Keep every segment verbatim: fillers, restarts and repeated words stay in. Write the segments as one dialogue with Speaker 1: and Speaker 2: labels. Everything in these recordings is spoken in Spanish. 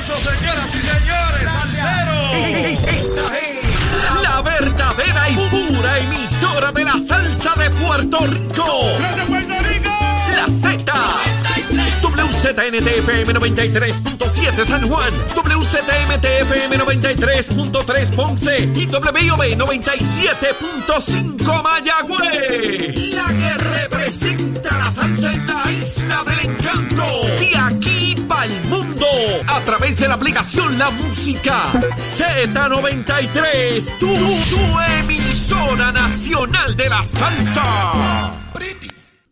Speaker 1: aplauso se queda, sí señores, salsero.
Speaker 2: Esta es la verdadera y pura emisora de la salsa de Puerto Rico.
Speaker 1: ¡La de Puerto Rico!
Speaker 2: La Z. W Z N T F M noventa y tres punto siete San Juan, W Z M T F M noventa y tres punto tres Ponce y W O B noventa y siete punto cinco Mayagüez. La que representa la salsa en la isla del encanto. De aquí para el mundo. A través de la aplicación La Música Z noventa y tres, tu, tu emisora nacional de la salsa. Pretty.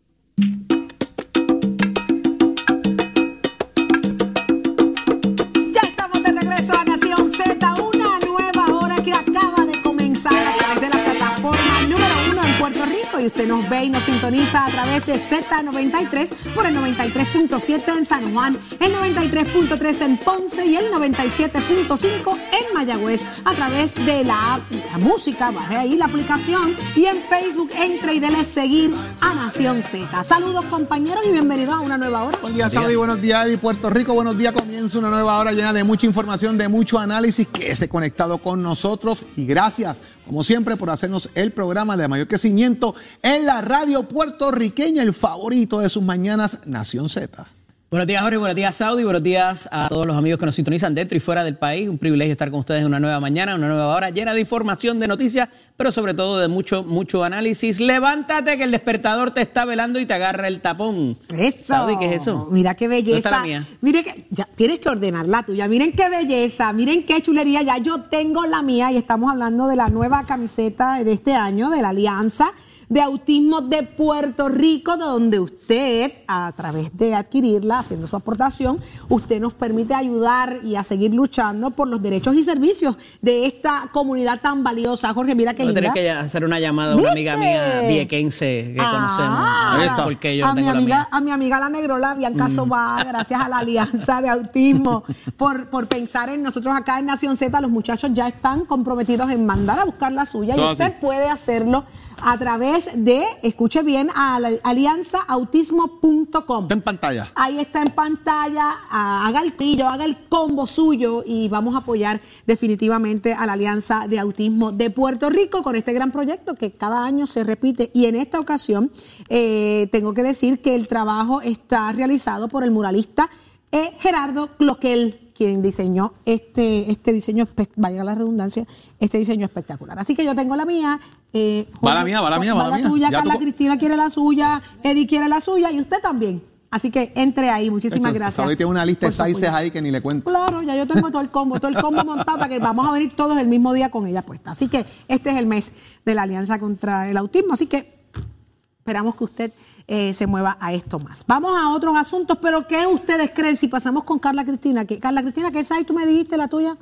Speaker 3: Y usted nos ve y nos sintoniza a través de Z noventa y tres por el noventa y tres punto siete en San Juan, el noventa y tres punto tres en Ponce y el noventa y siete punto cinco en Mayagüez a través de la, la música. Baje ahí la aplicación y en Facebook entre y dele seguir a Nación Z. Saludos compañeros y bienvenidos a una nueva hora.
Speaker 4: Buen día, Saudi, buenos días de Puerto Rico, buenos días. Comienza una nueva hora llena de mucha información, de mucho análisis. Quédese conectado con nosotros y gracias, como siempre, por hacernos el programa de mayor crecimiento en la radio puertorriqueña, el favorito de sus mañanas, Nación Z.
Speaker 5: Buenos días, Jorge. Buenos días, Saudi. Buenos días a todos los amigos que nos sintonizan dentro y fuera del país. Un privilegio estar con ustedes en una nueva mañana, una nueva hora llena de información, de noticias, pero sobre todo de mucho, mucho análisis. Levántate que el despertador te está velando y te agarra el tapón.
Speaker 3: Eso.
Speaker 5: Saudi, ¿qué es eso?
Speaker 3: Mira qué belleza.
Speaker 5: ¿Dónde está la mía?
Speaker 3: Mire que, ya, tienes que ordenar la tuya. Miren qué belleza, miren qué chulería. Ya yo tengo la mía y estamos hablando de la nueva camiseta de este año, de la Alianza de Autismo de Puerto Rico, donde usted, a través de adquirirla, haciendo su aportación, usted nos permite ayudar y a seguir luchando por los derechos y servicios de esta comunidad tan valiosa. Jorge, mira qué linda.
Speaker 5: Voy a tener que hacer una llamada a una amiga mía viequense que
Speaker 3: ah,
Speaker 5: conocemos. Porque yo
Speaker 3: a,
Speaker 5: no
Speaker 3: mi
Speaker 5: tengo
Speaker 3: amiga,
Speaker 5: la mía.
Speaker 3: a mi amiga la Negrola, Bianca mm. Sobá, gracias a la Alianza de Autismo, por, por pensar en nosotros acá en Nación Z. Los muchachos ya están comprometidos en mandar a buscar la suya. No, y usted sí puede hacerlo a través de, escuche bien, a alianza autismo punto com.
Speaker 4: Está en pantalla.
Speaker 3: Ahí está en pantalla, haga el pillo, haga el combo suyo y vamos a apoyar definitivamente a la Alianza de Autismo de Puerto Rico con este gran proyecto que cada año se repite. Y en esta ocasión eh, tengo que decir que el trabajo está realizado por el muralista eh, Gerardo Cloquel, quien diseñó este, este diseño, vaya la redundancia, este diseño espectacular. Así que yo tengo la mía. Eh,
Speaker 4: va la mía, va la mía, va la mía.
Speaker 3: Tuya,
Speaker 4: ya
Speaker 3: Carla
Speaker 4: tú...
Speaker 3: Cristina quiere la suya, Eddie quiere la suya y usted también. Así que entre ahí, muchísimas
Speaker 4: Hecho,
Speaker 3: gracias.
Speaker 4: Hoy tiene una lista de sizes ahí que ni le cuento.
Speaker 3: Claro, ya yo tengo todo el combo, todo el combo montado para que vamos a venir todos el mismo día con ella puesta. Así que este es el mes de la Alianza contra el Autismo, así que esperamos que usted eh, se mueva a esto más. Vamos a otros asuntos, pero ¿qué ustedes creen si pasamos con Carla Cristina? ¿Qué, Carla Cristina, ¿qué size tú me dijiste la tuya?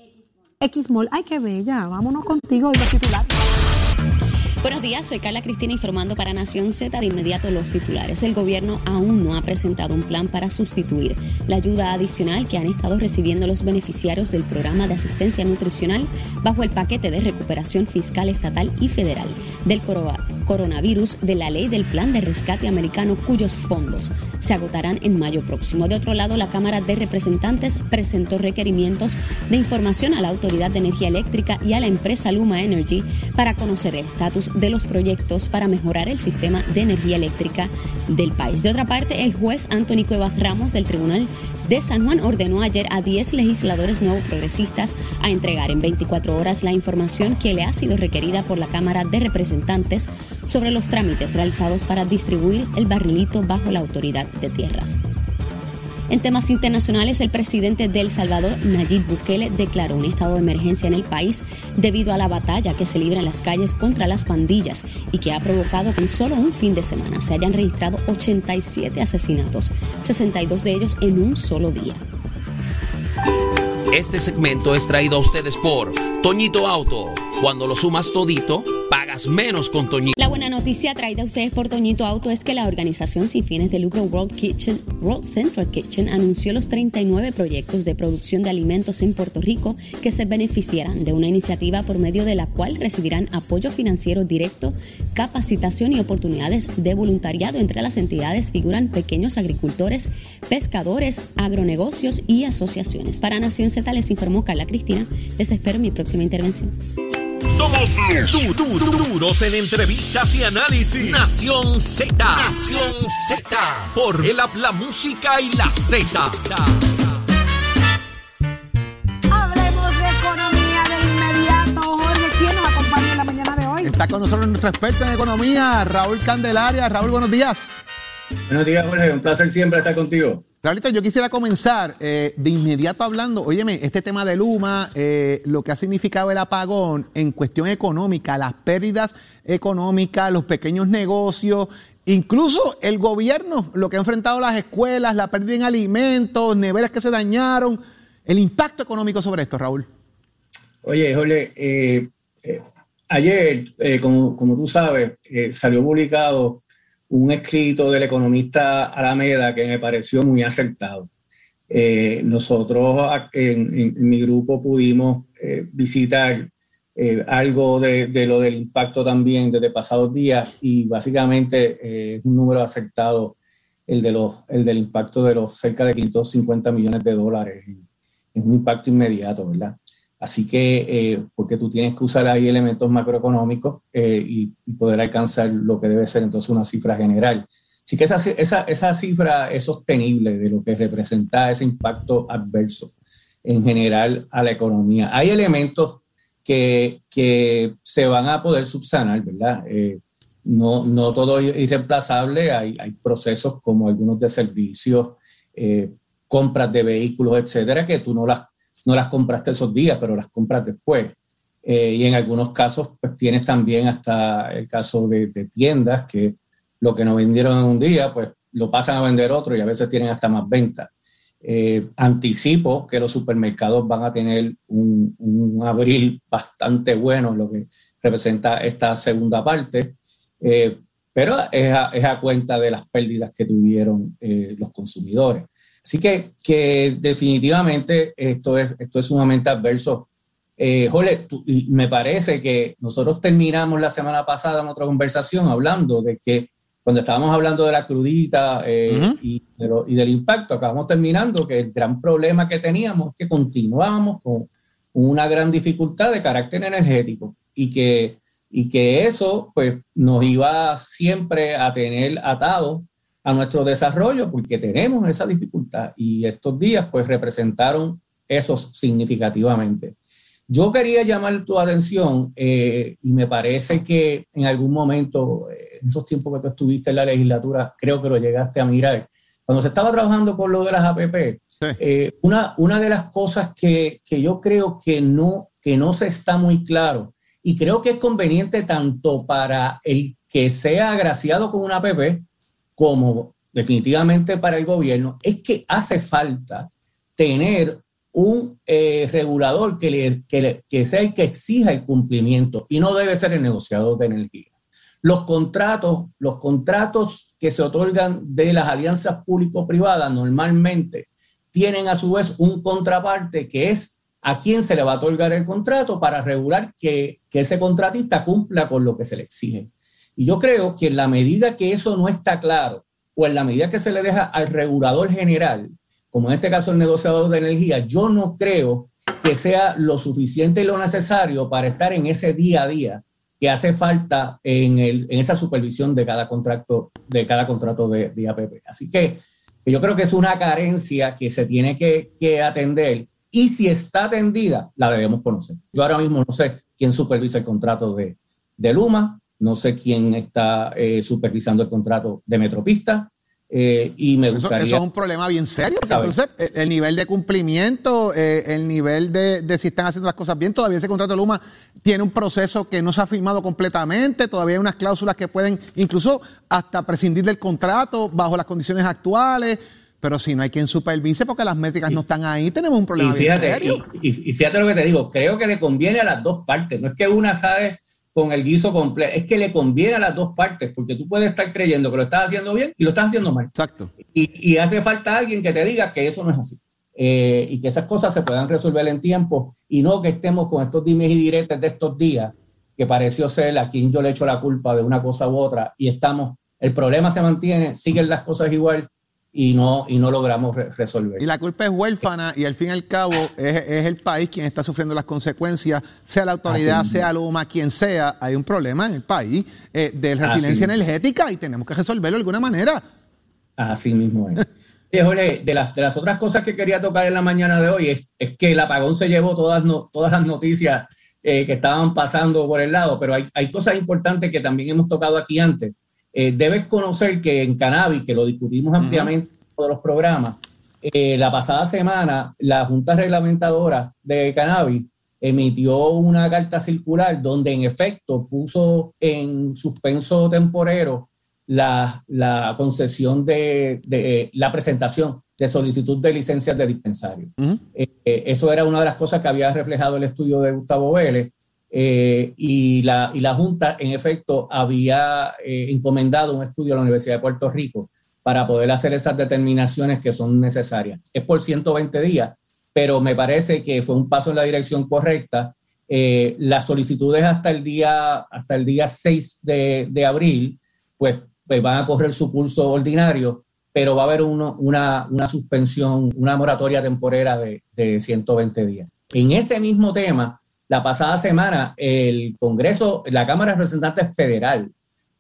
Speaker 3: X-Mall. Ay, qué bella. Vámonos contigo y los titulares.
Speaker 6: Buenos días, soy Carla Cristina informando para Nación Z. De inmediato los titulares. El gobierno aún no ha presentado un plan para sustituir la ayuda adicional que han estado recibiendo los beneficiarios del programa de asistencia nutricional bajo el paquete de recuperación fiscal estatal y federal del coronavirus de la ley del plan de rescate americano, cuyos fondos se agotarán en mayo próximo. De otro lado, la Cámara de Representantes presentó requerimientos de información a la Autoridad de Energía Eléctrica y a la empresa Luma Energy para conocer el estatus de los proyectos para mejorar el sistema de energía eléctrica del país. De otra parte, el juez Anthony Cuevas Ramos del Tribunal de San Juan ordenó ayer a diez legisladores nuevos progresistas a entregar en veinticuatro horas la información que le ha sido requerida por la Cámara de Representantes sobre los trámites realizados para distribuir el barrilito bajo la Autoridad de Tierras. En temas internacionales, el presidente de El Salvador, Nayib Bukele, declaró un estado de emergencia en el país debido a la batalla que se libra en las calles contra las pandillas y que ha provocado que en solo un fin de semana se hayan registrado ochenta y siete asesinatos, sesenta y dos de ellos en un solo día.
Speaker 7: Este segmento es traído a ustedes por Toñito Auto. Cuando lo sumas todito, pagas menos con Toñito.
Speaker 6: La buena noticia traída a ustedes por Toñito Auto es que la organización sin fines de lucro World Kitchen, World Central Kitchen anunció los treinta y nueve proyectos de producción de alimentos en Puerto Rico que se beneficiarán de una iniciativa por medio de la cual recibirán apoyo financiero directo, capacitación y oportunidades de voluntariado. Entre las entidades figuran pequeños agricultores, pescadores, agronegocios y asociaciones. Para Nación Z les informó Carla Cristina. Les espero en mi próxima intervención.
Speaker 2: Somos du- du- du- duros en entrevistas y análisis. Nación Z. Nación Z. Por el app, la música y la Z.
Speaker 3: Hablemos de economía de inmediato. Jorge, ¿quién nos acompaña en la mañana de hoy?
Speaker 4: Está con nosotros nuestro experto en economía, Raúl Candelaria. Raúl, buenos días.
Speaker 7: Buenos días, Jorge. Un placer siempre estar contigo.
Speaker 4: Raulito, yo quisiera comenzar eh, de inmediato hablando, óyeme, este tema de Luma, eh, lo que ha significado el apagón en cuestión económica, las pérdidas económicas, los pequeños negocios, incluso el gobierno, lo que ha enfrentado las escuelas, la pérdida en alimentos, neveras que se dañaron, el impacto económico sobre esto, Raúl.
Speaker 7: Oye, Jorge, eh, eh, ayer, eh, como, como tú sabes, eh, salió publicado un escrito del economista Alameda que me pareció muy acertado. Eh, nosotros en, en, en mi grupo pudimos eh, visitar eh, algo de, de lo del impacto también desde pasados días y básicamente eh, es un número acertado el, de los, el del impacto de los cerca de quinientos cincuenta millones de dólares. Es un impacto inmediato, ¿verdad? Así que, eh, porque tú tienes que usar ahí elementos macroeconómicos eh, y, y poder alcanzar lo que debe ser entonces una cifra general. Así que esa, esa, esa cifra es sostenible de lo que representa ese impacto adverso en general a la economía. Hay elementos que, que se van a poder subsanar, ¿verdad? Eh, no, no todo es irreemplazable, hay, hay procesos como algunos de servicios, eh, compras de vehículos, etcétera, que tú no las no las compraste esos días, pero las compras después. Eh, y en algunos casos, pues tienes también hasta el caso de, de tiendas que lo que no vendieron en un día, pues lo pasan a vender otro y a veces tienen hasta más ventas. Eh, anticipo que los supermercados van a tener un, un abril bastante bueno, lo que representa esta segunda parte, eh, pero es a, es a cuenta de las pérdidas que tuvieron eh, los consumidores. Así que, que definitivamente esto es, esto es sumamente adverso. Eh, Jorge, tú, y me parece que nosotros terminamos la semana pasada en otra conversación hablando de que cuando estábamos hablando de la crudita eh, uh-huh. y, de lo, y del impacto, acabamos terminando que el gran problema que teníamos es que continuábamos con una gran dificultad de carácter energético y que, y que eso pues, nos iba siempre a tener atados a nuestro desarrollo porque tenemos esa dificultad y estos días pues representaron eso significativamente. Yo quería llamar tu atención eh, y me parece que en algún momento, eh, en esos tiempos que tú estuviste en la legislatura, creo que lo llegaste a mirar, cuando se estaba trabajando con lo de las A P P, sí. eh, una, una de las cosas que, que yo creo que no, que no se está muy claro y creo que es conveniente tanto para el que sea agraciado con una A P P como definitivamente para el gobierno, es que hace falta tener un eh, regulador que, le, que, le, que sea el que exija el cumplimiento y no debe ser el negociador de energía. Los contratos, los contratos que se otorgan de las alianzas público-privadas normalmente tienen a su vez un contraparte que es a quién se le va a otorgar el contrato para regular que, que ese contratista cumpla con lo que se le exige. Y yo creo que en la medida que eso no está claro, o en la medida que se le deja al regulador general, como en este caso el negociador de energía, yo no creo que sea lo suficiente y lo necesario para estar en ese día a día que hace falta en, el, en esa supervisión de cada contrato de, cada contrato de, de A P P. Así que, que yo creo que es una carencia que se tiene que, que atender y si está atendida, la debemos conocer. Yo ahora mismo no sé quién supervisa el contrato de, de Luma, no sé quién está eh, supervisando el contrato de Metropista eh, y me gustaría...
Speaker 4: Eso, eso es un problema bien serio, porque entonces el nivel de cumplimiento, eh, el nivel de, de si están haciendo las cosas bien, todavía ese contrato de Luma tiene un proceso que no se ha firmado completamente, todavía hay unas cláusulas que pueden incluso hasta prescindir del contrato bajo las condiciones actuales, pero si no hay quien supervise porque las métricas y, no están ahí, tenemos un problema
Speaker 7: y fíjate,
Speaker 4: bien serio.
Speaker 7: Y, y, y fíjate lo que te digo, creo que le conviene a las dos partes, no es que una sabe... con el guiso completo. Es que le conviene a las dos partes, porque tú puedes estar creyendo que lo estás haciendo bien y lo estás haciendo mal.
Speaker 4: Exacto.
Speaker 7: Y, y hace falta alguien que te diga que eso no es así. Eh, y que esas cosas se puedan resolver en tiempo y no que estemos con estos dimes y diretes de estos días, que pareció ser a quien yo le echo la culpa de una cosa u otra y estamos, el problema se mantiene, siguen las cosas igual y no, y no logramos re- resolver.
Speaker 4: Y la culpa es huérfana y al fin y al cabo es, es el país quien está sufriendo las consecuencias, sea la autoridad,
Speaker 7: Así
Speaker 4: sea Luma, quien sea, hay un problema en el país eh, de resiliencia
Speaker 7: Así
Speaker 4: energética y tenemos que resolverlo de alguna manera.
Speaker 7: Así mismo es. Oye, Jorge, de las, de las otras cosas que quería tocar en la mañana de hoy es, es que el apagón se llevó todas, no, todas las noticias eh, que estaban pasando por el lado, pero hay, hay cosas importantes que también hemos tocado aquí antes. Eh, debes conocer que en cannabis, que lo discutimos uh-huh. ampliamente en todos los programas, eh, la pasada semana la Junta Reglamentadora de Cannabis emitió una carta circular donde en efecto puso en suspenso temporero La, la concesión de, de eh, la presentación de solicitud de licencias de dispensario. Uh-huh. Eh, eh, eso era una de las cosas que había reflejado el estudio de Gustavo Vélez eh, y, la, y la Junta, en efecto, había eh, encomendado un estudio a la Universidad de Puerto Rico para poder hacer esas determinaciones que son necesarias. Es por ciento veinte días, pero me parece que fue un paso en la dirección correcta. Eh, las solicitudes hasta el día, hasta el día seis de, de abril, pues pues van a correr su curso ordinario, pero va a haber uno, una, una suspensión, una moratoria temporera de, de ciento veinte días. En ese mismo tema, la pasada semana, el Congreso, la Cámara de Representantes Federal,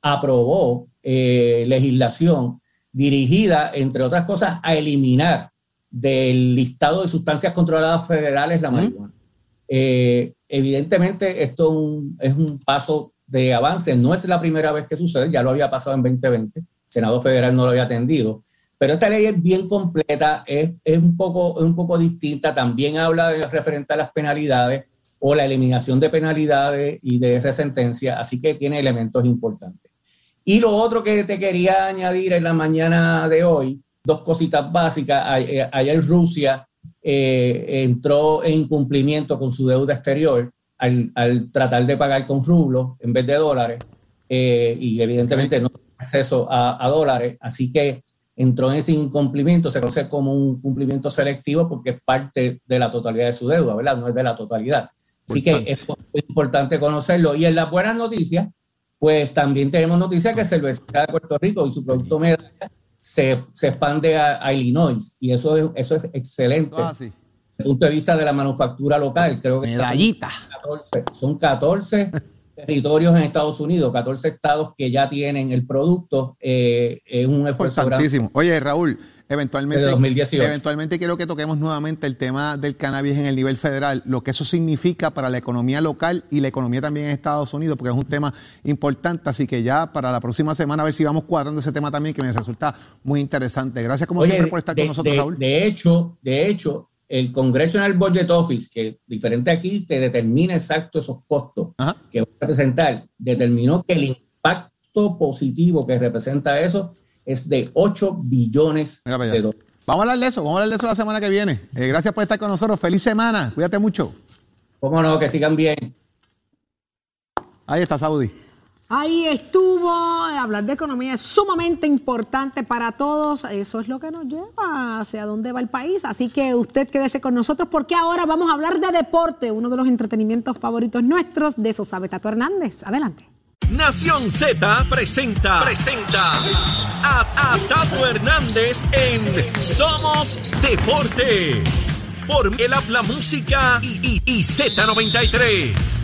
Speaker 7: aprobó eh, legislación dirigida, entre otras cosas, a eliminar del listado de sustancias controladas federales la marihuana. ¿Mm? Eh, evidentemente, esto un, es un paso de avance, no es la primera vez que sucede, ya lo había pasado en veinte veinte, el Senado Federal no lo había atendido, pero esta ley es bien completa, es, es, un, poco, es un poco distinta, también habla de referente a las penalidades o la eliminación de penalidades y de resentencia, así que tiene elementos importantes. Y lo otro que te quería añadir en la mañana de hoy, dos cositas básicas, ayer Rusia eh, entró en incumplimiento con su deuda exterior, Al, al tratar de pagar con rublos en vez de dólares eh, y evidentemente no tiene acceso a, a dólares, así que entró en ese incumplimiento, se conoce como un cumplimiento selectivo porque es parte de la totalidad de su deuda, ¿verdad? No es de la totalidad. Así que es importante conocerlo. Y en las buenas noticias, pues también tenemos noticias que Cervecera de Puerto Rico y su producto Medalla se, se expande a, a Illinois y eso es, eso es excelente. Ah, sí. Desde el punto de vista de la manufactura local, creo que
Speaker 4: Medallita.
Speaker 7: catorce, son catorce territorios en Estados Unidos, catorce estados que ya tienen el producto. Eh, es un esfuerzo
Speaker 4: importantísimo. Grande. Oye, Raúl, eventualmente,
Speaker 7: dos mil dieciocho.
Speaker 4: eventualmente quiero que toquemos nuevamente el tema del cannabis en el nivel federal, lo que eso significa para la economía local y la economía también en Estados Unidos, porque es un tema importante, así que ya para la próxima semana a ver si vamos cuadrando ese tema también, que me resulta muy interesante. Gracias como Oye, siempre por estar
Speaker 7: de,
Speaker 4: con nosotros,
Speaker 7: de,
Speaker 4: Raúl.
Speaker 7: De hecho, de hecho, el Congressional Budget Office, que diferente aquí, te determina exacto esos costos Ajá. que va a representar, determinó que el impacto positivo que representa eso es de ocho billones de dólares.
Speaker 4: Vamos a hablar de eso, vamos a hablar de eso la semana que viene. Eh, gracias por estar con nosotros. Feliz semana, cuídate mucho.
Speaker 7: Cómo no, que sigan bien.
Speaker 4: Ahí está, Saudi.
Speaker 3: Ahí estuvo. Hablar de economía es sumamente importante para todos. Eso es lo que nos lleva hacia dónde va el país. Así que usted quédese con nosotros porque ahora vamos a hablar de deporte, uno de los entretenimientos favoritos nuestros. De eso sabe Tato Hernández. Adelante.
Speaker 2: Nación Z presenta, presenta a, a Tato Hernández en Somos Deporte por el Habla Música y, y, y Z noventa y tres.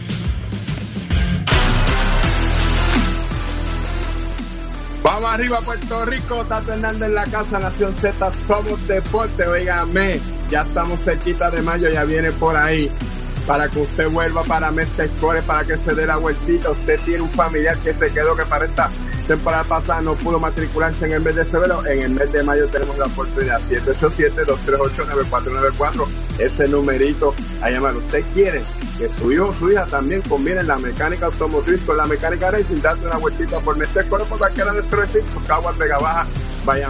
Speaker 8: Vamos arriba, Puerto Rico. Tato Hernández en la casa, Nación Z, Somos Deporte. Óigame, ya estamos cerquita de mayo, ya viene por ahí. Para que usted vuelva para Mestre Score, para que se dé la vueltita. Usted tiene un familiar que se quedó, que para esta temporada pasada no pudo matricularse en el mes de febrero. En el mes de mayo tenemos la oportunidad. siete ocho siete, dos tres ocho, nueve cuatro nueve cuatro. Ese numerito a llamar. Usted quiere que su hijo o su hija también combinen la mecánica automotriz con la mecánica racing. Date una vueltita por Mestre Score, por cualquiera de nuestros recintos. Caguas, Vega Baja, Bayamón,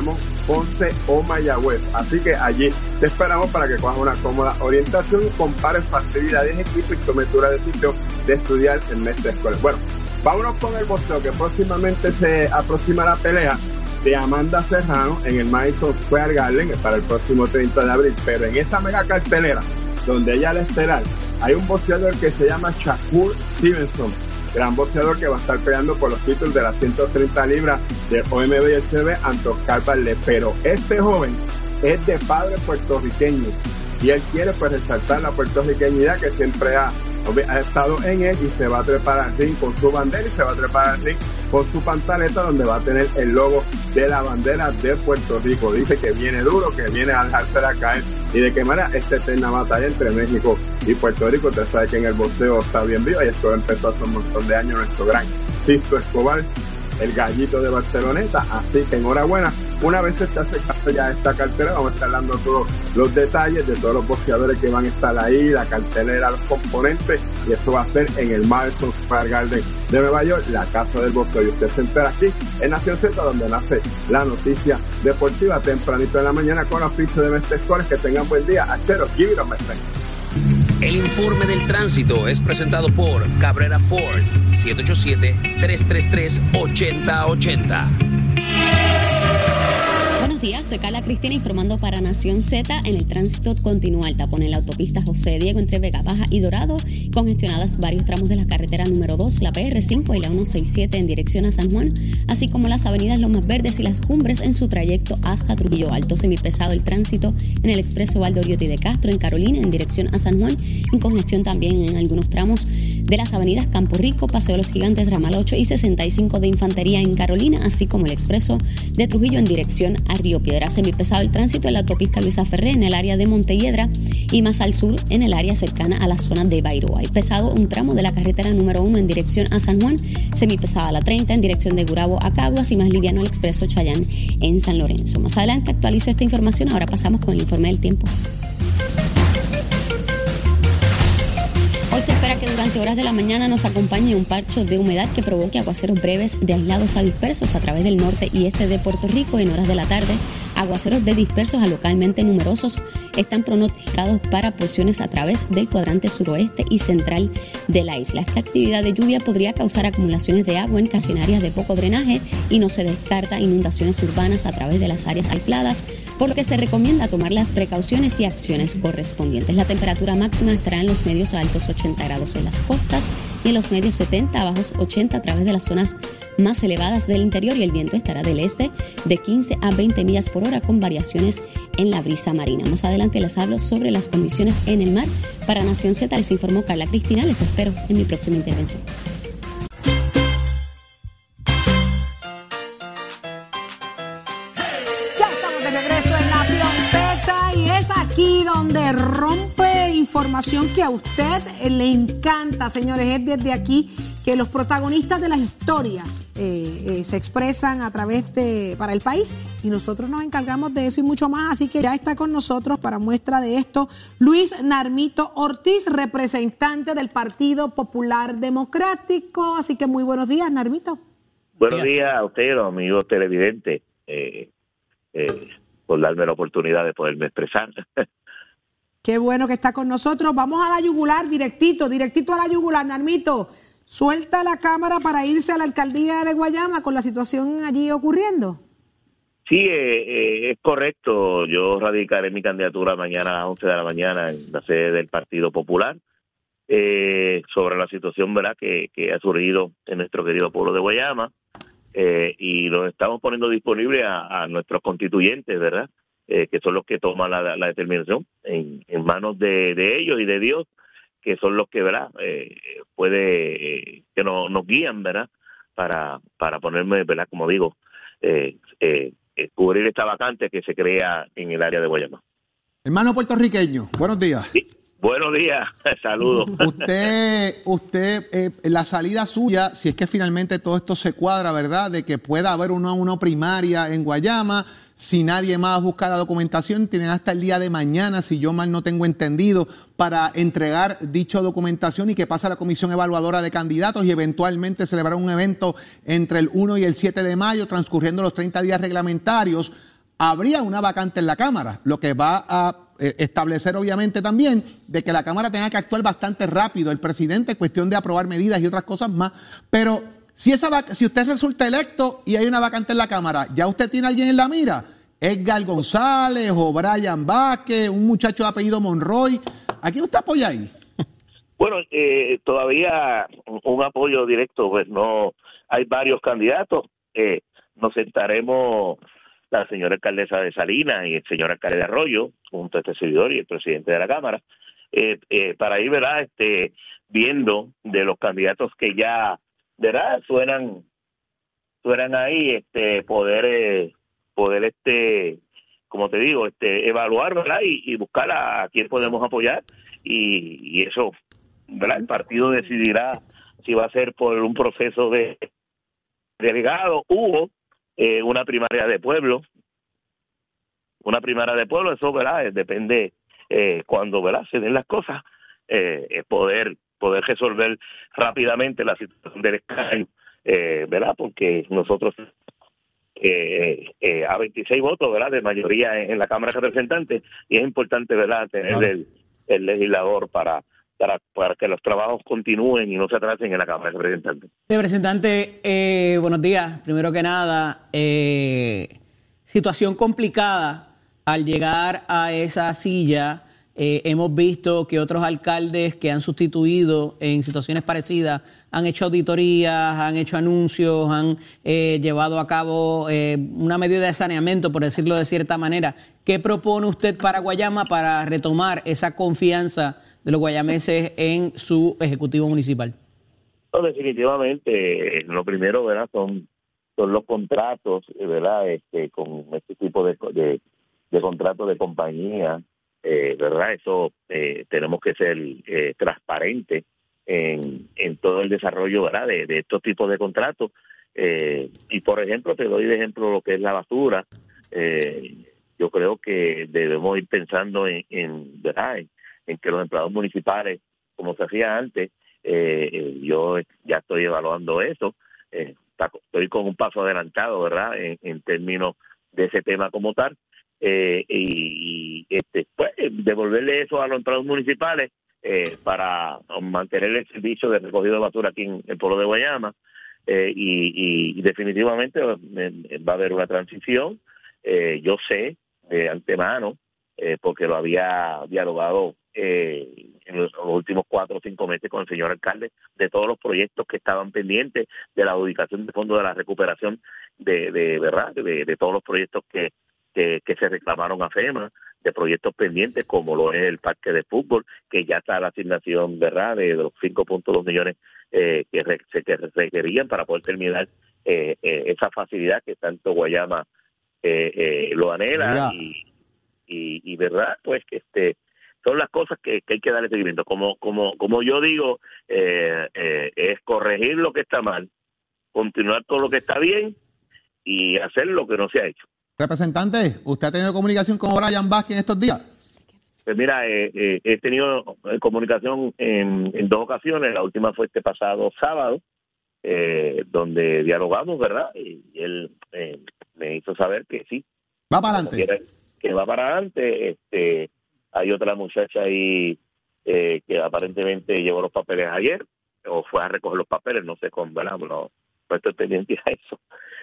Speaker 8: Ponce o Mayagüez. Así que allí te esperamos para que cojas una cómoda orientación y compares facilidades, equipo y tomes tu decisión de estudiar en Mestre Escolar. Bueno, vámonos con el boxeo, que próximamente se aproxima la pelea de Amanda Serrano en el Madison Square Garden para el próximo treinta de abril. Pero en esa mega cartelera, donde ella es la estelar, hay un boxeador que se llama Shakur Stevenson, gran boxeador que va a estar peleando por los títulos de las ciento treinta libras de O M B y S B ante Oscar Valdez. Pero este joven es de padre puertorriqueño y él quiere pues resaltar la puertorriqueñidad que siempre ha, ha estado en él, y se va a trepar al ring con su bandera y se va a trepar al ring con su pantaleta donde va a tener el logo de la bandera de Puerto Rico. Dice que viene duro, que viene a dejársela caer, y de qué manera esta eterna batalla entre México y Puerto Rico. Usted sabe que en el boxeo está bien vivo, y esto empezó hace un montón de años nuestro gran Sisto Escobar, el gallito de Barceloneta. Así que enhorabuena. Una vez se está acercando ya esta cartelera, vamos a estar dando todos los detalles de todos los boxeadores que van a estar ahí, la cartelera, los componentes, y eso va a ser en el Madison Square Garden de Nueva York, la casa del boxeo. Y usted se entera aquí en Nación Z, donde nace la noticia deportiva, tempranito de la mañana, con oficio de Mestre Escolar. Que tengan buen día. Achero, give it a Mestre.
Speaker 9: El informe del tránsito es presentado por Cabrera Ford, siete ocho siete, tres tres tres, ocho cero ocho cero.
Speaker 6: Buenos días, soy Carla Cristina informando para Nación Z. En el tránsito continúa el tapón en la autopista José Diego entre Vega Baja y Dorado, congestionadas varios tramos de la carretera número dos, la P R cinco y la ciento sesenta y siete en dirección a San Juan, así como las avenidas Lomas Verdes y Las Cumbres en su trayecto hasta Trujillo Alto. Semipesado el tránsito en el expreso Valdoriotti de Castro en Carolina en dirección a San Juan, y congestión también en algunos tramos de las avenidas Campo Rico, Paseo de los Gigantes, Ramal ocho y sesenta y cinco de Infantería en Carolina, así como el expreso de Trujillo en dirección a Río Piedras. Semipesado el tránsito en la autopista Luisa Ferré en el área de Montelledra y más al sur en el área cercana a la zona de Bairoa. Y pesado un tramo de la carretera número uno en dirección a San Juan, semipesada la treinta en dirección de Gurabo a Caguas, y más liviano el expreso Chayán en San Lorenzo. Más adelante actualizo esta información. Ahora pasamos con el informe del tiempo. Hoy se espera que durante horas de la mañana nos acompañe un parcho de humedad que provoque aguaceros breves de aislados a dispersos a través del norte y este de Puerto Rico. En horas de la tarde, aguaceros de dispersos a localmente numerosos están pronosticados para porciones a través del cuadrante suroeste y central de la isla. Esta actividad de lluvia podría causar acumulaciones de agua en casi en áreas de poco drenaje, y no se descarta inundaciones urbanas a través de las áreas aisladas, por lo que se recomienda tomar las precauciones y acciones correspondientes. La temperatura máxima estará en los medios a altos ochenta grados en las costas y en los medios setenta a bajos ochenta a través de las zonas más elevadas del interior, y el viento estará del este de quince a veinte millas por hora con variaciones en la brisa marina. Más adelante les hablo sobre las condiciones en el mar. Para Nación Z les informó Carla Cristina. Les espero en mi próxima intervención.
Speaker 3: Ya estamos de regreso en Nación Z, y es aquí donde rompe información que a usted le encanta, señores. Es desde aquí que los protagonistas de las historias eh, eh, se expresan a través de para el país, y nosotros nos encargamos de eso y mucho más. Así que ya está con nosotros para muestra de esto Luis Narmito Ortiz, representante del Partido Popular Democrático. Así que muy buenos días, Narmito.
Speaker 10: Buenos días a ustedes, los amigos televidentes, eh, eh, por darme la oportunidad de poderme expresar.
Speaker 3: Qué bueno que está con nosotros. Vamos a la yugular, directito, directito a la yugular, Narmito. Suelta la cámara para irse a la alcaldía de Guayama con la situación allí ocurriendo.
Speaker 10: Sí, eh, eh, es correcto. Yo radicaré mi candidatura mañana a las once de la mañana en la sede del Partido Popular eh, sobre la situación, ¿verdad?, que, que ha surgido en nuestro querido pueblo de Guayama, eh, y nos estamos poniendo disponibles a, a nuestros constituyentes, ¿verdad?, eh, que son los que toman la, la determinación en, en manos de, de ellos y de Dios, que son los que, ¿verdad?, eh, puede, eh, que no, nos guían, ¿verdad?, para, para ponerme, ¿verdad?, como digo, eh, eh, eh, cubrir esta vacante que se crea en el área de Guayama.
Speaker 4: Hermano puertorriqueño, buenos días.
Speaker 10: Sí, buenos días, saludos.
Speaker 4: Usted, usted eh, la salida suya, si es que finalmente todo esto se cuadra, ¿verdad?, de que pueda haber una, una primaria en Guayama, si nadie más busca la documentación, tienen hasta el día de mañana, si yo mal no tengo entendido, para entregar dicha documentación y que pase a la Comisión Evaluadora de Candidatos, y eventualmente celebrar un evento entre el uno y el siete de mayo, transcurriendo los treinta días reglamentarios. habría una vacante en la Cámara, lo que va a eh, establecer obviamente también de que la Cámara tenga que actuar bastante rápido, el presidente, cuestión de aprobar medidas y otras cosas más, pero si, esa vac- si usted resulta electo y hay una vacante en la Cámara, ¿ya usted tiene a alguien en la mira? Edgar González o Brian Vázquez, un muchacho de apellido Monroy, ¿a quién usted apoya ahí?
Speaker 10: Bueno, eh, todavía un apoyo directo, pues no, hay varios candidatos, eh, nos sentaremos la señora alcaldesa de Salinas y el señor alcalde de Arroyo, junto a este servidor y el presidente de la Cámara, eh, eh, para ir, ¿verdad?, este, viendo de los candidatos que ya, ¿verdad?, suenan, suenan ahí, este, poder, eh, poder, este, como te digo, este, evaluar, ¿verdad?, y, y buscar a quién podemos apoyar, y, y eso, ¿verdad?, el partido decidirá si va a ser por un proceso de delegado u eh, una primaria de pueblo, una primaria de pueblo, eso, ¿verdad?, depende eh, cuando, ¿verdad?, se den las cosas, eh, poder poder resolver rápidamente la situación del escaño, eh, ¿verdad?, porque nosotros eh, eh, a veintiséis votos, ¿verdad?, de mayoría en, en la Cámara de Representantes, y es importante, ¿verdad?, tener claro. el, el legislador para Para, para que los trabajos continúen y no se atrasen en la Cámara de Representantes.
Speaker 5: Representante, eh, buenos días. Primero que nada, eh, situación complicada al llegar a esa silla. Eh, hemos visto que otros alcaldes que han sustituido en situaciones parecidas han hecho auditorías, han hecho anuncios, han eh, llevado a cabo eh, una medida de saneamiento, por decirlo de cierta manera. ¿Qué propone usted para Guayama para retomar esa confianza de los guayameses en su ejecutivo municipal?
Speaker 10: No, definitivamente, lo primero, ¿verdad?, son, son los contratos, ¿verdad?, este, con este tipo de, de, de contratos de compañía, eh, ¿verdad? Eso eh, tenemos que ser eh, transparentes en, en todo el desarrollo, ¿verdad?, de, de estos tipos de contratos. Eh, y, por ejemplo, te doy de ejemplo lo que es la basura. Eh, yo creo que debemos ir pensando en, en ¿verdad?, en, en que los empleados municipales, como se hacía antes, eh, eh, yo ya estoy evaluando eso, eh, estoy con un paso adelantado, ¿verdad?, en, en términos de ese tema como tal, eh, y, y este, pues, devolverle eso a los empleados municipales eh, para mantener el servicio de recogido de basura aquí en el pueblo de Guayama, eh, y, y definitivamente eh, va a haber una transición, eh, yo sé de antemano, eh, porque lo había dialogado Eh, en los, los últimos cuatro o cinco meses con el señor alcalde, de todos los proyectos que estaban pendientes, de la adjudicación de fondos de la recuperación de, de verdad, de, de todos los proyectos que, que, que se reclamaron a FEMA, de proyectos pendientes como lo es el parque de fútbol, que ya está la asignación, verdad, de los cinco punto dos millones eh, que, re, que requerían para poder terminar eh, eh, esa facilidad que tanto Guayama eh, eh, lo anhela, y, y, y verdad, pues que este son las cosas que, que hay que darle seguimiento. Como como como yo digo, eh, eh, es corregir lo que está mal, continuar todo lo que está bien y hacer lo que no se ha hecho.
Speaker 4: Representante, ¿usted ha tenido comunicación con Brian Vázquez en estos días?
Speaker 10: Pues mira, eh, eh, he tenido comunicación en, en dos ocasiones. La última fue este pasado sábado, eh, donde dialogamos, ¿verdad? Y él eh, me hizo saber que sí.
Speaker 4: Va para adelante.
Speaker 10: Que va para adelante. Este, hay otra muchacha ahí eh, que aparentemente llevó los papeles ayer, o fue a recoger los papeles, no sé con, ¿verdad? No, no estoy pendiente a eso.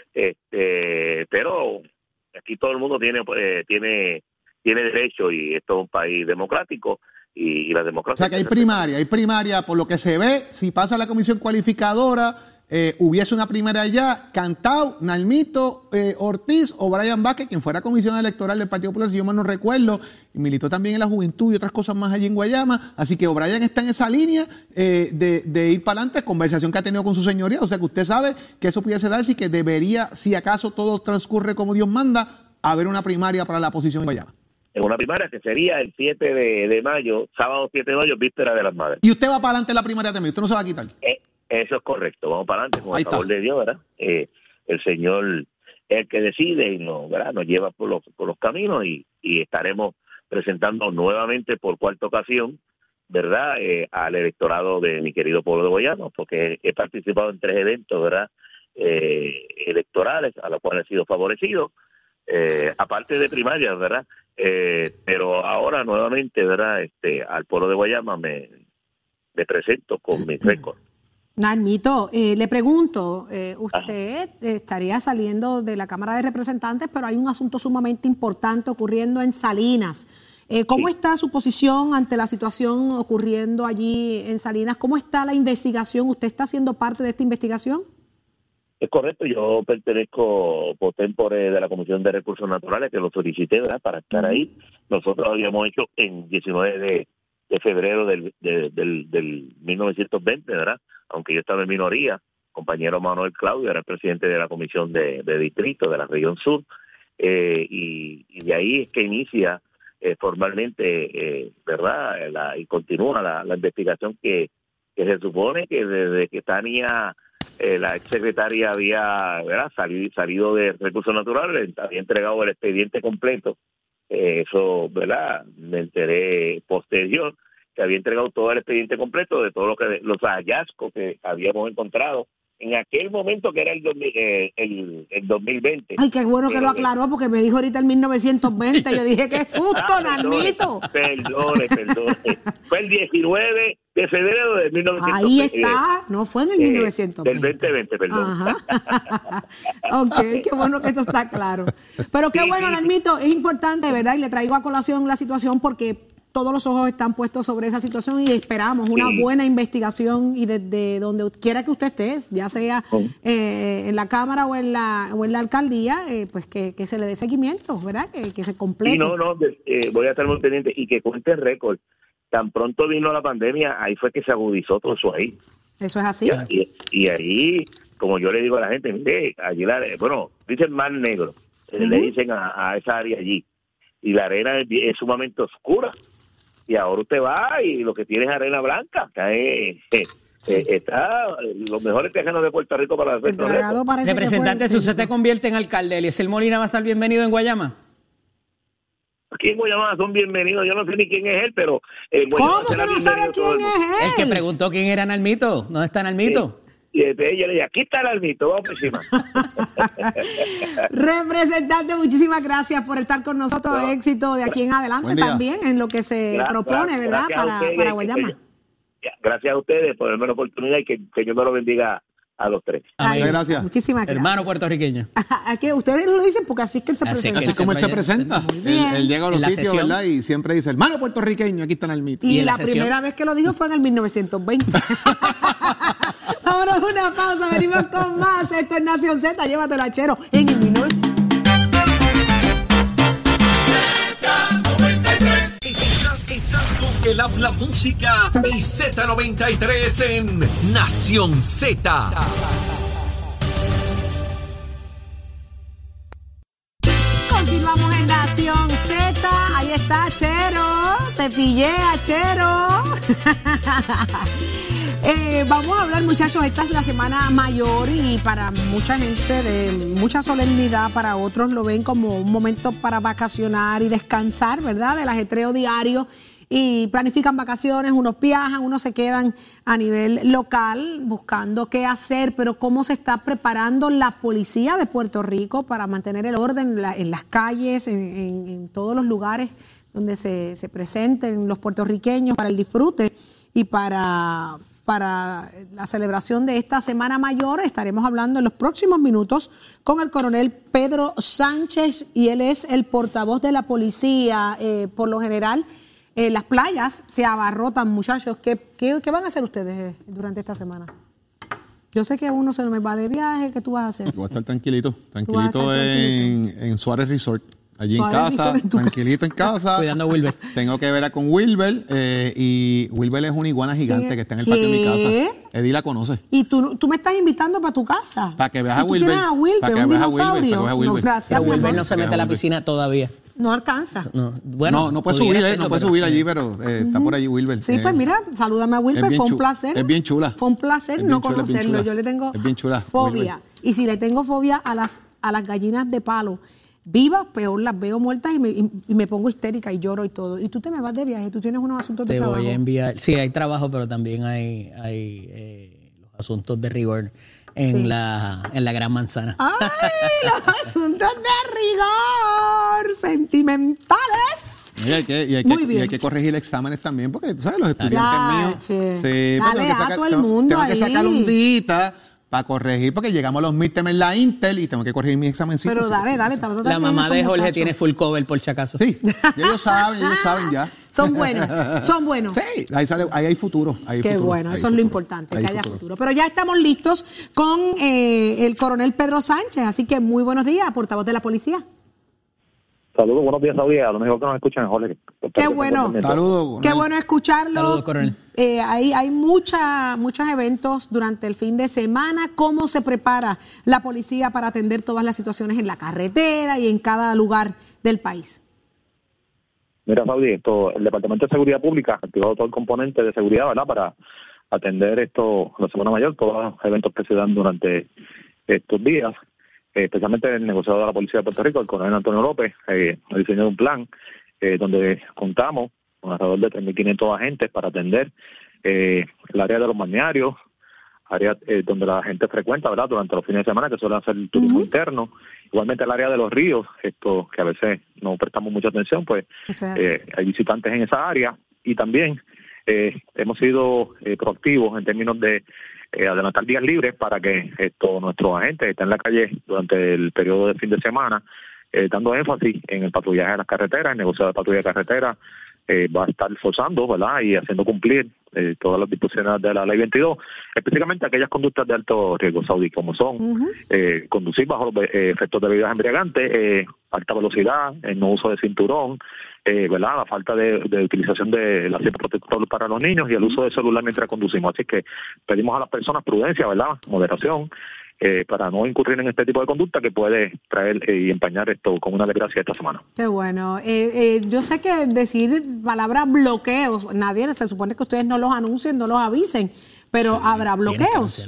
Speaker 10: Este, pero aquí todo el mundo tiene, eh, tiene, tiene derecho, y esto es un país democrático. Y, y la democracia.
Speaker 4: O sea que hay primaria, hay primaria, por lo que se ve, si pasa la comisión cualificadora, eh, hubiese una primaria ya, Cantao, Nalmito eh, Ortiz o Brian Vázquez, quien fuera comisión electoral del Partido Popular, si yo mal no recuerdo, y militó también en la juventud y otras cosas más allí en Guayama, así que O'Brien está en esa línea eh, de, de ir para adelante, conversación que ha tenido con su señoría, o sea que usted sabe que eso pudiese darse y que debería, si acaso todo transcurre como Dios manda, haber una primaria para la posición de Guayama.
Speaker 10: En una primaria que sería el siete de mayo, sábado siete de mayo, víspera de las madres.
Speaker 4: ¿Y usted va para adelante en la primaria también? ¿Usted no se va a quitar?
Speaker 10: Eh, eso es correcto, vamos para adelante con
Speaker 4: Ahí
Speaker 10: el favor
Speaker 4: está.
Speaker 10: de Dios, ¿verdad? Eh, el Señor es el que decide y nos, ¿verdad?, nos lleva por los, por los caminos, y, y estaremos presentando nuevamente por cuarta ocasión, ¿verdad?, eh, al electorado de mi querido pueblo de Guayama, porque he participado en tres eventos, ¿verdad?, eh, electorales a los cuales he sido favorecido. eh, aparte de primarias, ¿verdad? Eh, pero ahora nuevamente, ¿verdad? Este, al pueblo de Guayama me, me presento con mi récord.
Speaker 3: Nalmito, eh, le pregunto, eh, usted estaría saliendo de la Cámara de Representantes, pero hay un asunto sumamente importante ocurriendo en Salinas. Eh, ¿Cómo sí. está su posición ante la situación ocurriendo allí en Salinas? ¿Cómo está la investigación? ¿Usted está siendo parte de esta investigación?
Speaker 10: Es correcto, yo pertenezco por tempore de la Comisión de Recursos Naturales, que lo solicité, ¿verdad?, para estar ahí. Nosotros lo habíamos hecho en diecinueve de, de febrero del, de, del, del mil novecientos veinte, ¿verdad?, aunque yo estaba en minoría. Compañero Manuel Claudio era el presidente de la Comisión de, de Distrito de la Región Sur, eh, y, y de ahí es que inicia eh, formalmente, eh, ¿verdad?, la, y continúa la, la investigación que, que se supone que desde que Tania... Eh, la exsecretaria había ¿verdad? Salido, salido de Recursos Naturales, había entregado el expediente completo. Eh, eso, ¿verdad? Me enteré posterior que había entregado todo el expediente completo de todos lo que, los hallazgos que habíamos encontrado en aquel momento que era el, dos mil, eh, el, el dos mil veinte.
Speaker 3: Ay, qué bueno que lo aclaró, porque me dijo ahorita el mil novecientos veinte. Yo dije, qué susto,
Speaker 10: ah,
Speaker 3: Nalmito.
Speaker 10: Perdone, perdone. Fue el diecinueve de febrero de mil novecientos veinte.
Speaker 3: Ahí está, no fue en el eh, mil novecientos veinte.
Speaker 10: Del veinte veinte, perdón.
Speaker 3: Ajá. Ok, qué bueno que esto está claro. Pero qué sí, bueno, sí. Nalmito, es importante, ¿verdad? Y le traigo a colación la situación porque todos los ojos están puestos sobre esa situación y esperamos una sí. buena investigación y desde donde quiera que usted esté, ya sea eh, en la Cámara o en la o en la alcaldía, eh, pues que, que se le dé seguimiento, ¿verdad? Que, que se complete.
Speaker 10: Sí, no, no, eh, voy a estar muy pendiente y que cuente el récord. Tan pronto vino la pandemia, ahí fue que se agudizó todo eso ahí.
Speaker 3: Eso es así.
Speaker 10: Y, y ahí, como yo le digo a la gente, mire, allí la, bueno, dicen Mar Negro, uh-huh. le dicen a, a esa área allí, y la arena es, es sumamente oscura. Y ahora usted va y lo que tiene es arena blanca. Eh, eh, sí. eh, está los mejores tejanos de Puerto Rico para hacer
Speaker 5: representante, si usted se convierte en alcalde, Eliezer Molina va a estar bienvenido en Guayama.
Speaker 10: Aquí en Guayama son bienvenidos. Yo no sé ni quién es él, pero eh,
Speaker 3: ¿cómo que no sabe quién es él?
Speaker 5: El que preguntó quién era Nalmito. ¿Dónde está Nalmito?
Speaker 10: Sí. Y desde ella le dije, aquí está el Nalmito, vamos por encima.
Speaker 3: Representante, muchísimas gracias por estar con nosotros. No. Éxito de aquí en adelante también en lo que se gracias, propone, ¿verdad? Para, ustedes, para Guayama.
Speaker 10: Que, gracias a ustedes por darme la oportunidad y que el Señor me lo bendiga a los tres.
Speaker 4: Amén. Gracias.
Speaker 3: Muchísimas gracias.
Speaker 5: Hermano puertorriqueño.
Speaker 3: ¿A qué? Ustedes lo dicen porque así es que él se
Speaker 4: así
Speaker 3: presenta.
Speaker 4: Que así como él se presenta. Él, él llega a los sitios, sesión. ¿verdad? Y siempre dice, hermano puertorriqueño, aquí está Nalmito.
Speaker 3: Y, y la, la primera vez que lo dijo fue en el mil novecientos veinte. Ahora una pausa, venimos con más. Esto es Nación Z, llévatelo a Chero en el mil novecientos.
Speaker 2: Estás con el habla música y Z noventa y tres en Nación Z.
Speaker 3: Continuamos en Nación Z. Ahí está Chero. Te pillé a Chero. Eh, vamos a hablar, muchachos, esta es la semana mayor y para mucha gente de mucha solemnidad, para otros lo ven como un momento para vacacionar y descansar, ¿verdad? Del ajetreo diario y planifican vacaciones, unos viajan, unos se quedan a nivel local buscando qué hacer, pero cómo se está preparando la policía de Puerto Rico para mantener el orden en, la, en las calles, en, en, en todos los lugares donde se, se presenten los puertorriqueños para el disfrute y para... Para la celebración de esta Semana Mayor estaremos hablando en los próximos minutos con el coronel Pedro Sánchez y él es el portavoz de la policía. Eh, por lo general, eh, las playas se abarrotan, muchachos. ¿Qué, qué, qué van a hacer ustedes durante esta semana? Yo sé que uno se me va de viaje. ¿Qué tú vas a hacer?
Speaker 4: Voy a estar tranquilito, tranquilito, estar en, tranquilito? en Suárez Resort. Allí en casa, en tranquilito en casa.
Speaker 5: Cuidando a Wilber.
Speaker 4: Tengo que ver con Wilber. Eh, y Wilber es una iguana gigante sí, que está en el patio de mi casa. Eddie la conoce.
Speaker 3: ¿Y tú, tú me estás invitando para tu casa?
Speaker 4: Para que veas a Wilber.
Speaker 3: ¿Tienes a Wilber?
Speaker 4: Para que
Speaker 3: un
Speaker 4: veas a
Speaker 3: dinosaurio.
Speaker 4: Wilber. Wilber.
Speaker 3: No, gracias.
Speaker 5: Pero Wilber no se mete a la piscina todavía.
Speaker 3: No alcanza.
Speaker 5: No, bueno,
Speaker 4: no, no puede subir, eh, no puede
Speaker 5: pero,
Speaker 4: subir allí, pero eh, uh-huh. está por allí Wilber.
Speaker 3: Sí, eh, pues mira, salúdame a Wilber, fue un placer.
Speaker 4: Es bien chula.
Speaker 3: Fue un placer no chula, conocerlo. Yo le tengo
Speaker 4: es bien chula,
Speaker 3: fobia.
Speaker 4: Wilber.
Speaker 3: Y si le tengo fobia a las, a las gallinas de palo vivas, peor las veo muertas y me, y, y me pongo histérica y lloro y todo. Y tú te me vas de viaje, tú tienes unos asuntos de
Speaker 5: te
Speaker 3: trabajo.
Speaker 5: Te voy a enviar, sí, hay trabajo, pero también hay, hay eh, los asuntos de rigor en,
Speaker 3: Sí.
Speaker 5: la, en la Gran Manzana.
Speaker 3: ¡Ay, los asuntos de rigor! ¡Sentimentales!
Speaker 4: Y hay, que, y, hay
Speaker 3: Muy
Speaker 4: que,
Speaker 3: bien.
Speaker 4: y hay que corregir exámenes también, porque tú sabes, los estudiantes
Speaker 3: Ya,
Speaker 4: míos.
Speaker 3: che.
Speaker 4: Sí, pues
Speaker 3: Dale
Speaker 4: tengo que
Speaker 3: a
Speaker 4: sacar,
Speaker 3: todo el
Speaker 4: tengo-
Speaker 3: mundo
Speaker 4: tengo que
Speaker 3: ahí.
Speaker 4: sacar un dita para corregir, porque llegamos a los midterms en la Intel y tengo que corregir mi examencito.
Speaker 3: Pero
Speaker 4: así
Speaker 3: dale,
Speaker 4: que-
Speaker 3: dale, trata
Speaker 5: La
Speaker 3: también
Speaker 5: mamá
Speaker 3: esos
Speaker 5: de Jorge
Speaker 3: muchachos.
Speaker 5: tiene full cover por si acaso.
Speaker 4: Sí, y ellos saben, ellos saben ya.
Speaker 3: Son buenos, son buenos.
Speaker 4: Sí, ahí, sale, ahí hay futuro. Ahí hay
Speaker 3: Qué
Speaker 4: futuro,
Speaker 3: bueno,
Speaker 4: ahí
Speaker 3: eso
Speaker 4: hay
Speaker 3: es lo
Speaker 4: futuro,
Speaker 3: importante,
Speaker 4: ahí
Speaker 3: que
Speaker 4: hay
Speaker 3: haya
Speaker 4: futuro.
Speaker 3: futuro. Pero ya estamos listos con eh, el coronel Pedro Sánchez, así que muy buenos días, portavoz de la policía.
Speaker 11: Saludos, buenos días, Saudí. A lo mejor que nos escuchan, Jorge.
Speaker 3: Qué bueno.
Speaker 4: Saludos.
Speaker 3: Qué bueno escucharlo.
Speaker 5: Saludos, coronel.
Speaker 3: Eh, hay hay mucha, muchos eventos durante el fin de semana. ¿Cómo se prepara la policía para atender todas las situaciones en la carretera y en cada lugar del país?
Speaker 11: Mira, Saudí, esto, el Departamento de Seguridad Pública ha activado todo el componente de seguridad, ¿verdad?, para atender esto, la Semana Mayor, todos los eventos que se dan durante estos días. Eh, especialmente el negociador de la Policía de Puerto Rico, el coronel Antonio López, eh, ha diseñado un plan eh, donde contamos con alrededor de tres mil quinientos agentes para atender eh, el área de los balnearios, área eh, donde la gente frecuenta, ¿verdad?, durante los fines de semana, que suele hacer el turismo uh-huh. interno. Igualmente el área de los ríos, esto que a veces no prestamos mucha atención, pues eh, hay visitantes en esa área. Y también eh, hemos sido eh, proactivos en términos de Eh, adelantar días libres para que esto, nuestros agentes estén en la calle durante el periodo de fin de semana, eh, dando énfasis en el patrullaje de las carreteras. El negocio de patrulla de carretera eh, va a estar forzando, ¿verdad?, y haciendo cumplir eh, todas las disposiciones de la ley veintidós, específicamente aquellas conductas de alto riesgo, Saudí, como son uh-huh. eh, conducir bajo los eh, efectos de bebidas embriagantes, eh, alta velocidad, el no uso de cinturón, eh, ¿verdad?, la falta de, de utilización de la cinta protector para los niños y el uso de celular mientras conducimos. Así que pedimos a las personas prudencia, ¿verdad?, moderación, eh, para no incurrir en este tipo de conducta que puede traer eh, y empañar esto con una desgracia esta semana.
Speaker 3: Qué bueno. Eh, eh, yo sé que decir palabra bloqueos, nadie, se supone que ustedes no los anuncien, no los avisen, pero sí, ¿habrá bloqueos?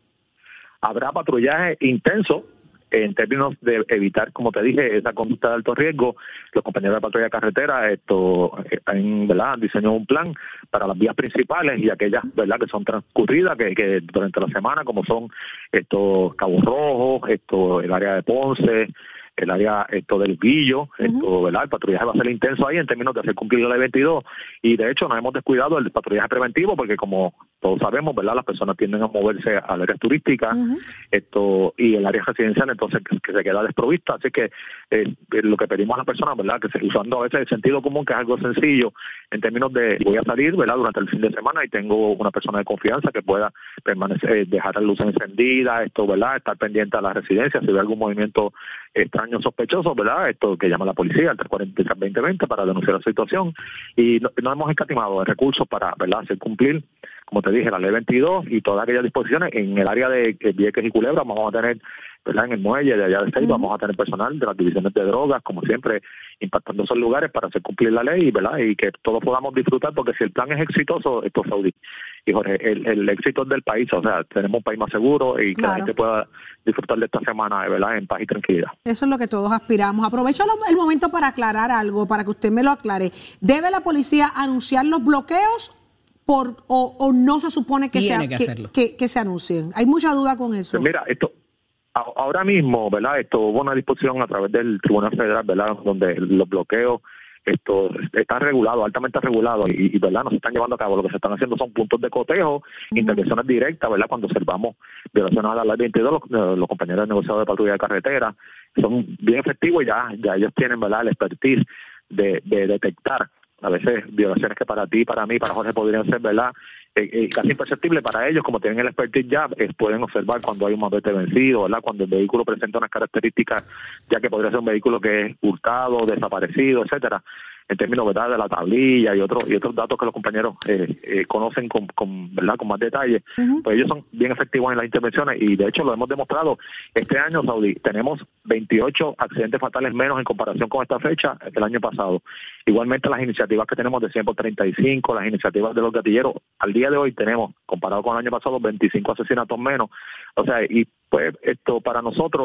Speaker 11: Habrá patrullaje intenso en términos de evitar, como te dije, esa conducta de alto riesgo. Los compañeros de patrulla de carretera esto han, ¿verdad?, diseñado un plan para las vías principales y aquellas, ¿verdad?, que son transcurridas que, que durante la semana, como son estos Cabos Rojos, esto el área de Ponce, el área esto del Guillo, esto, uh-huh. ¿verdad? El patrullaje va a ser intenso ahí en términos de hacer cumplir la ley veintidós y de hecho nos hemos descuidado el patrullaje preventivo porque como todos sabemos, ¿verdad?, las personas tienden a moverse a áreas turísticas uh-huh. esto y el área residencial, entonces que, que se queda desprovista, así que eh, lo que pedimos a las personas, ¿verdad?, que se, usando a veces el sentido común, que es algo sencillo en términos de voy a salir, ¿verdad?, durante el fin de semana y tengo una persona de confianza que pueda permanecer, dejar la luz encendida, esto, ¿verdad?, estar pendiente a la residencia, si ve algún movimiento extraño sospechoso, ¿verdad?, esto que llama la policía al tres cuarenta y tres veinte veinte para denunciar la situación y no, no hemos escatimado de recursos para, ¿verdad?, hacer cumplir, como te dije, la ley veintidós y todas aquellas disposiciones. En el área de Vieques y Culebra vamos a tener, ¿verdad?, en el muelle de allá de State, uh-huh. vamos a tener personal de las divisiones de drogas, como siempre, impactando esos lugares para hacer cumplir la ley, ¿verdad?, y que todos podamos disfrutar, porque si el plan es exitoso, esto es Saudí. Y Jorge, el, el éxito es del país, o sea, tenemos un país más seguro y que claro. la gente pueda disfrutar de esta semana, ¿verdad?, en paz y tranquilidad.
Speaker 3: Eso es lo que todos aspiramos. Aprovecho el momento para aclarar algo, para que usted me lo aclare. ¿Debe la policía anunciar los bloqueos por o, o no se supone que, sea,
Speaker 5: que,
Speaker 3: que, que, que se anuncien? Hay mucha duda con eso.
Speaker 11: Pues mira, esto ahora mismo, ¿verdad?, esto hubo una disposición a través del Tribunal Federal, ¿verdad?, donde los bloqueos esto está regulado, altamente regulado y, y verdad no se están llevando a cabo. Lo que se están haciendo son puntos de cotejo, uh-huh. intervenciones directas, verdad, cuando observamos violaciones a la ley veintidós, los, los compañeros de negociadores de patrulla de carretera son bien efectivos y ya, ya ellos tienen, verdad, el expertise de, de detectar a veces violaciones que para ti, para mí, para Jorge podrían ser, verdad, eh, eh, casi imperceptibles para ellos, como tienen el expertise ya, eh, pueden observar cuando hay un marbete vencido, verdad, cuando el vehículo presenta unas características, ya que podría ser un vehículo que es hurtado, desaparecido, etcétera, en términos, verdad, de la tablilla y otros y otros datos que los compañeros eh, eh, conocen con, con verdad con más detalle, uh-huh. pues ellos son bien efectivos en las intervenciones y de hecho lo hemos demostrado este año, Saudí. Tenemos veintiocho accidentes fatales menos en comparación con esta fecha el año pasado. Igualmente las iniciativas que tenemos de cien por treinta y cinco, las iniciativas de los gatilleros, al día de hoy tenemos, comparado con el año pasado, veinticinco asesinatos menos. O sea, y pues esto para nosotros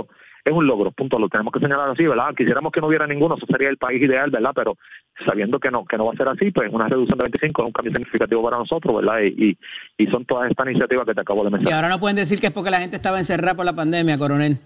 Speaker 11: es un logro, punto, lo tenemos que señalar así, ¿verdad? Quisiéramos que no hubiera ninguno, eso sería el país ideal, ¿verdad? Pero sabiendo que no que no va a ser así, pues una reducción de veinticinco es un cambio significativo para nosotros, ¿verdad? Y, y, y son todas estas iniciativas que te acabo de mencionar.
Speaker 5: Y ahora no pueden decir que es porque la gente estaba encerrada por la pandemia, coronel.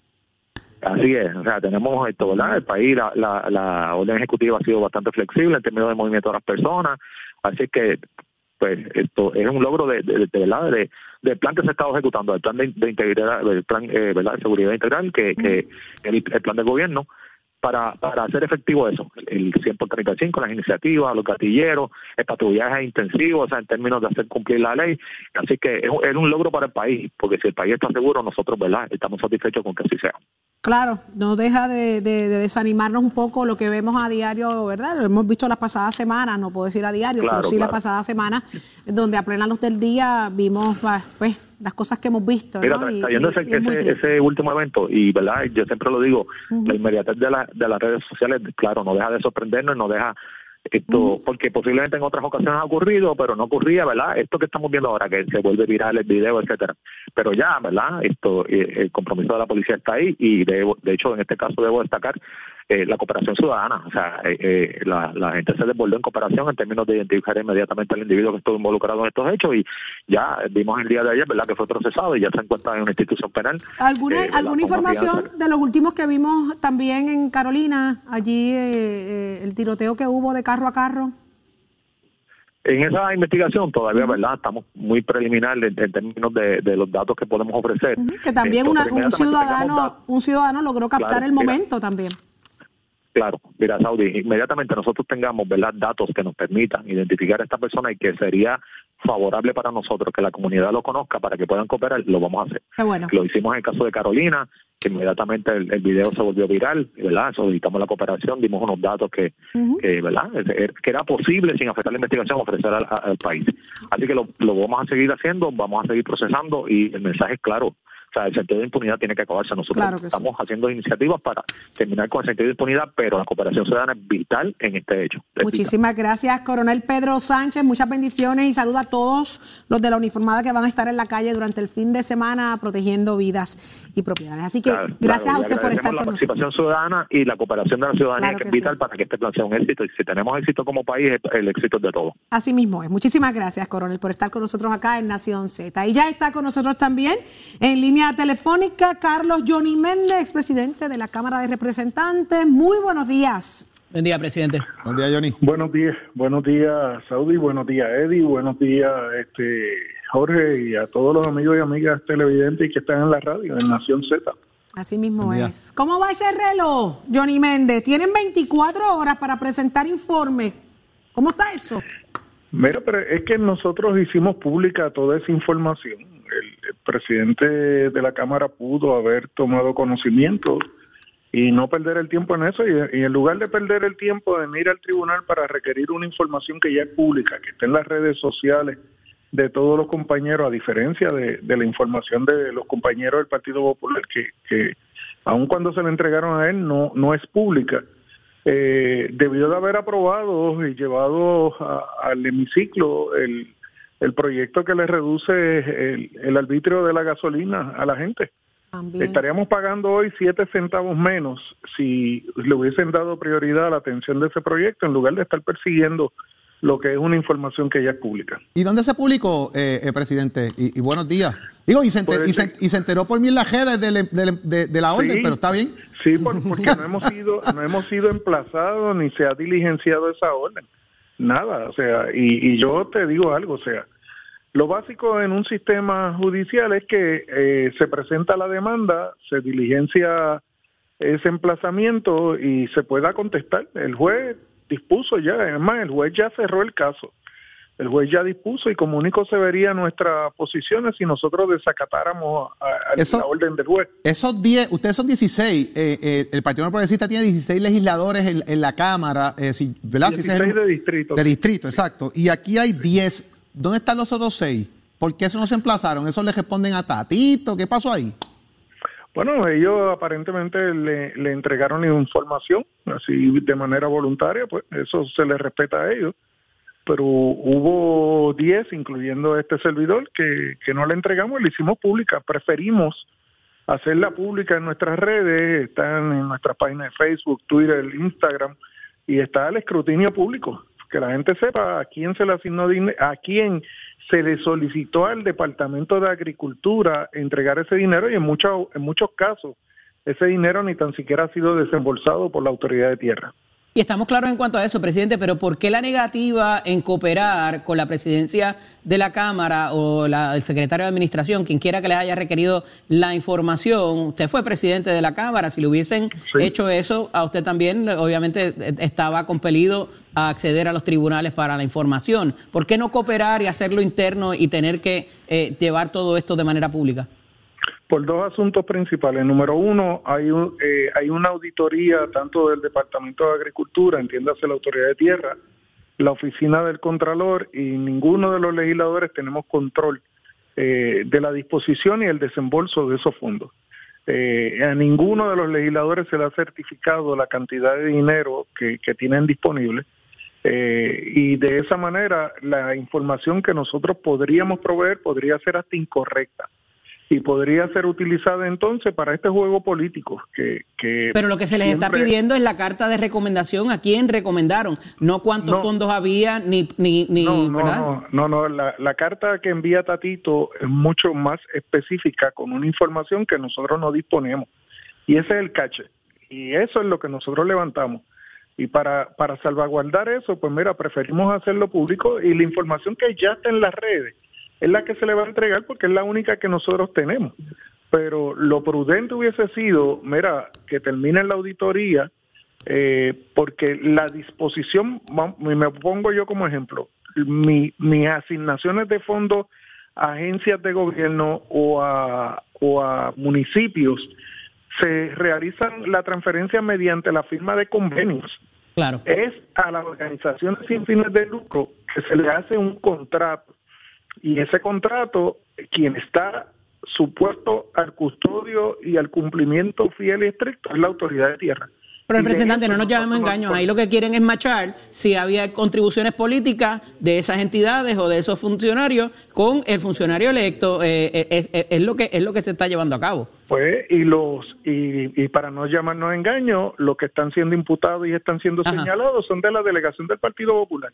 Speaker 11: Así es, o sea, tenemos esto, ¿verdad? El país, la, la, la orden ejecutiva ha sido bastante flexible en términos de movimiento de las personas, así que, pues, esto es un logro de, de, de verdad, de, del plan que se ha estado ejecutando, el plan de, de integridad, el plan, eh, ¿verdad?, de seguridad integral, que, que el, el plan del gobierno, para, para hacer efectivo eso, el cien por treinta y cinco, las iniciativas, los gatilleros, el patrullaje intensivo, o sea, en términos de hacer cumplir la ley. Así que es, es un logro para el país, porque si el país está seguro, nosotros, ¿verdad?, estamos satisfechos con que así sea.
Speaker 3: Claro, no deja de, de, de desanimarnos un poco lo que vemos a diario, ¿verdad? Lo hemos visto las pasadas semanas, no puedo decir a diario,
Speaker 11: claro,
Speaker 3: pero sí
Speaker 11: claro.
Speaker 3: las pasadas semanas, donde a plena luz del día vimos, pues, las cosas que hemos visto,
Speaker 11: Mira,
Speaker 3: ¿no? Y,
Speaker 11: trayendo ese,
Speaker 3: y
Speaker 11: ese, ese último evento, y verdad, yo siempre lo digo, uh-huh. la inmediatez de, la, de las redes sociales, claro, no deja de sorprendernos, no deja esto, uh-huh. porque posiblemente en otras ocasiones ha ocurrido, pero no ocurría, ¿verdad? Esto que estamos viendo ahora, que se vuelve viral el video, etcétera. Pero ya, ¿verdad? Esto, el compromiso de la policía está ahí, y de, de hecho, en este caso debo destacar eh, la cooperación ciudadana. O sea, eh, eh, la, la gente se desbordó en cooperación en términos de identificar inmediatamente al individuo que estuvo involucrado en estos hechos, y ya vimos el día de ayer, ¿verdad?, que fue procesado y ya se encuentra en una institución penal.
Speaker 3: ¿Alguna,
Speaker 11: eh,
Speaker 3: ¿alguna información de los últimos que vimos también en Carolina, allí eh, eh, el tiroteo que hubo de carro a carro?
Speaker 11: En esa investigación todavía, ¿verdad?, estamos muy preliminares en, en términos de, de los datos que podemos ofrecer.
Speaker 3: Uh-huh. Que también
Speaker 11: Esto,
Speaker 3: una, un ciudadano un ciudadano logró captar
Speaker 11: claro,
Speaker 3: el momento
Speaker 11: mira,
Speaker 3: también.
Speaker 11: Claro, mira, Saudi, inmediatamente nosotros tengamos, ¿verdad?, datos que nos permitan identificar a esta persona y que sería favorable para nosotros que la comunidad lo conozca para que puedan cooperar, lo vamos a hacer.
Speaker 3: Qué bueno.
Speaker 11: Lo hicimos en el caso de Carolina, que inmediatamente el, el video se volvió viral, ¿verdad? Solicitamos la cooperación, dimos unos datos que, uh-huh. que ¿verdad?, que era posible sin afectar la investigación ofrecer al, al país. Así que lo, lo vamos a seguir haciendo, vamos a seguir procesando, y el mensaje es claro. O sea, el sentido de impunidad tiene que acabarse. Nosotros claro estamos sí. haciendo iniciativas para terminar con el sentido de impunidad, pero la cooperación ciudadana es vital en este hecho.
Speaker 3: Muchísimas
Speaker 11: vital.
Speaker 3: gracias, coronel Pedro Sánchez. Muchas bendiciones y saludo a todos los de la uniformada que van a estar en la calle durante el fin de semana protegiendo vidas y propiedades. Así que claro, gracias
Speaker 11: claro,
Speaker 3: a usted por estar
Speaker 11: la
Speaker 3: con
Speaker 11: participación
Speaker 3: nosotros.
Speaker 11: ciudadana y la cooperación de la ciudadanía, claro que, que es vital sí. para que este plan sea un éxito. Y si tenemos éxito como país, el éxito es de todos.
Speaker 3: Así mismo es. Muchísimas gracias, coronel, por estar con nosotros acá en Nación Z. Y ya está con nosotros también en línea telefónica Carlos Johnny Méndez, expresidente de la Cámara de Representantes. Muy buenos días.
Speaker 5: Buen día, presidente.
Speaker 4: Buen día, Johnny.
Speaker 12: Buenos días, buenos días, Saudi, buenos días, Eddie, buenos días, este Jorge, y a todos los amigos y amigas televidentes que están en la radio, en Nación Z.
Speaker 3: Así mismo es. ¿Cómo va ese reloj, Johnny Méndez? Tienen veinticuatro horas para presentar informe. ¿Cómo está eso?
Speaker 12: Mira, pero es que nosotros hicimos pública toda esa información. El, el presidente de la Cámara pudo haber tomado conocimiento y no perder el tiempo en eso, y, y en lugar de perder el tiempo en ir al tribunal para requerir una información que ya es pública, que está en las redes sociales de todos los compañeros, a diferencia de, de la información de los compañeros del Partido Popular, que, que aun cuando se le entregaron a él no, no es pública, eh, debió de haber aprobado y llevado a, al hemiciclo el, el proyecto que le reduce el, el arbitrio de la gasolina a la gente. También. Estaríamos pagando hoy siete centavos menos si le hubiesen dado prioridad a la atención de ese proyecto en lugar de estar persiguiendo lo que es una información que ya es pública.
Speaker 4: ¿Y dónde se publicó, eh, eh, presidente? Y, y buenos días. Digo, y se, enter, y, se, y se enteró por mí en la G de, de, de, de la orden, sí, pero está bien.
Speaker 12: Sí, por, porque no hemos sido no hemos sido emplazados ni se ha diligenciado esa orden. Nada, o sea, y, y yo te digo algo, o sea, lo básico en un sistema judicial es que eh, se presenta la demanda, se diligencia ese emplazamiento y se pueda contestar. El juez dispuso ya, además el juez ya cerró el caso. El juez ya dispuso y como único se vería nuestras posiciones si nosotros desacatáramos a, a Eso, la orden del juez.
Speaker 4: Esos diez, ustedes son dieciséis, eh, eh, el Partido Progresista tiene dieciséis legisladores en, en la Cámara, eh, si, ¿verdad?
Speaker 12: dieciséis
Speaker 4: si
Speaker 12: de distrito.
Speaker 4: De distrito, exacto. Y aquí hay diez. ¿Dónde están los otros seis? ¿Por qué eso no se emplazaron? ¿Eso le responden a Tatito? ¿Qué pasó ahí?
Speaker 12: Bueno, ellos aparentemente le, le entregaron información, así de manera voluntaria, pues eso se les respeta a ellos. Pero hubo diez, incluyendo este servidor, que, que no le entregamos y le hicimos pública. Preferimos hacerla pública en nuestras redes, están en nuestras páginas de Facebook, Twitter, Instagram, y está el escrutinio público, que la gente sepa a quién se le asignó dinero, a quién se le solicitó al Departamento de Agricultura entregar ese dinero, y en muchos en muchos casos ese dinero ni tan siquiera ha sido desembolsado por la Autoridad de Tierra.
Speaker 5: Y estamos claros en cuanto a eso, presidente, pero ¿por qué la negativa en cooperar con la presidencia de la Cámara o la, el secretario de Administración, quien quiera que les haya requerido la información? Usted fue presidente de la Cámara, si le hubiesen sí. hecho eso, a usted también obviamente estaba compelido a acceder a los tribunales para la información. ¿Por qué no cooperar y hacerlo interno y tener que eh, llevar todo esto de manera pública?
Speaker 12: Por dos asuntos principales. Número uno, hay, un, eh, hay una auditoría tanto del Departamento de Agricultura, entiéndase la Autoridad de Tierra, la Oficina del Contralor, y ninguno de los legisladores tenemos control eh, de la disposición y el desembolso de esos fondos. Eh, a ninguno de los legisladores se le ha certificado la cantidad de dinero que, que tienen disponible, eh, y de esa manera la información que nosotros podríamos proveer podría ser hasta incorrecta. Y podría ser utilizada entonces para este juego político que... que
Speaker 5: Pero lo que se les siempre... está pidiendo es la carta de recomendación a quién recomendaron, no cuántos no, fondos había, ni... ni, ni
Speaker 12: no, no,
Speaker 5: ¿verdad?
Speaker 12: no, no, no, la, la carta que envía Tatito es mucho más específica, con una información que nosotros no disponemos. Y ese es el cache. Y eso es lo que nosotros levantamos. Y para, para salvaguardar eso, pues mira, preferimos hacerlo público, y la información que ya está en las redes es la que se le va a entregar porque es la única que nosotros tenemos. Pero lo prudente hubiese sido, mira, que termine la auditoría, eh, porque la disposición, me pongo yo como ejemplo, mi, mis asignaciones de fondos a agencias de gobierno o a, o a municipios, se realizan la transferencia mediante la firma de convenios.
Speaker 5: Claro.
Speaker 12: Es a las organizaciones sin fines de lucro que se le hace un contrato. Y ese contrato, quien está supuesto al custodio y al cumplimiento fiel y estricto es la Autoridad de Tierra.
Speaker 5: Pero, representante, no nos llamemos engaños. Ahí lo que quieren es machar si había contribuciones políticas de esas entidades o de esos funcionarios con el funcionario electo. Eh, eh, eh, es lo que es lo que se está llevando a cabo.
Speaker 12: Pues, y los y, y para no llamarnos engaños, los que están siendo imputados y están siendo Ajá. señalados son de la delegación del Partido Popular.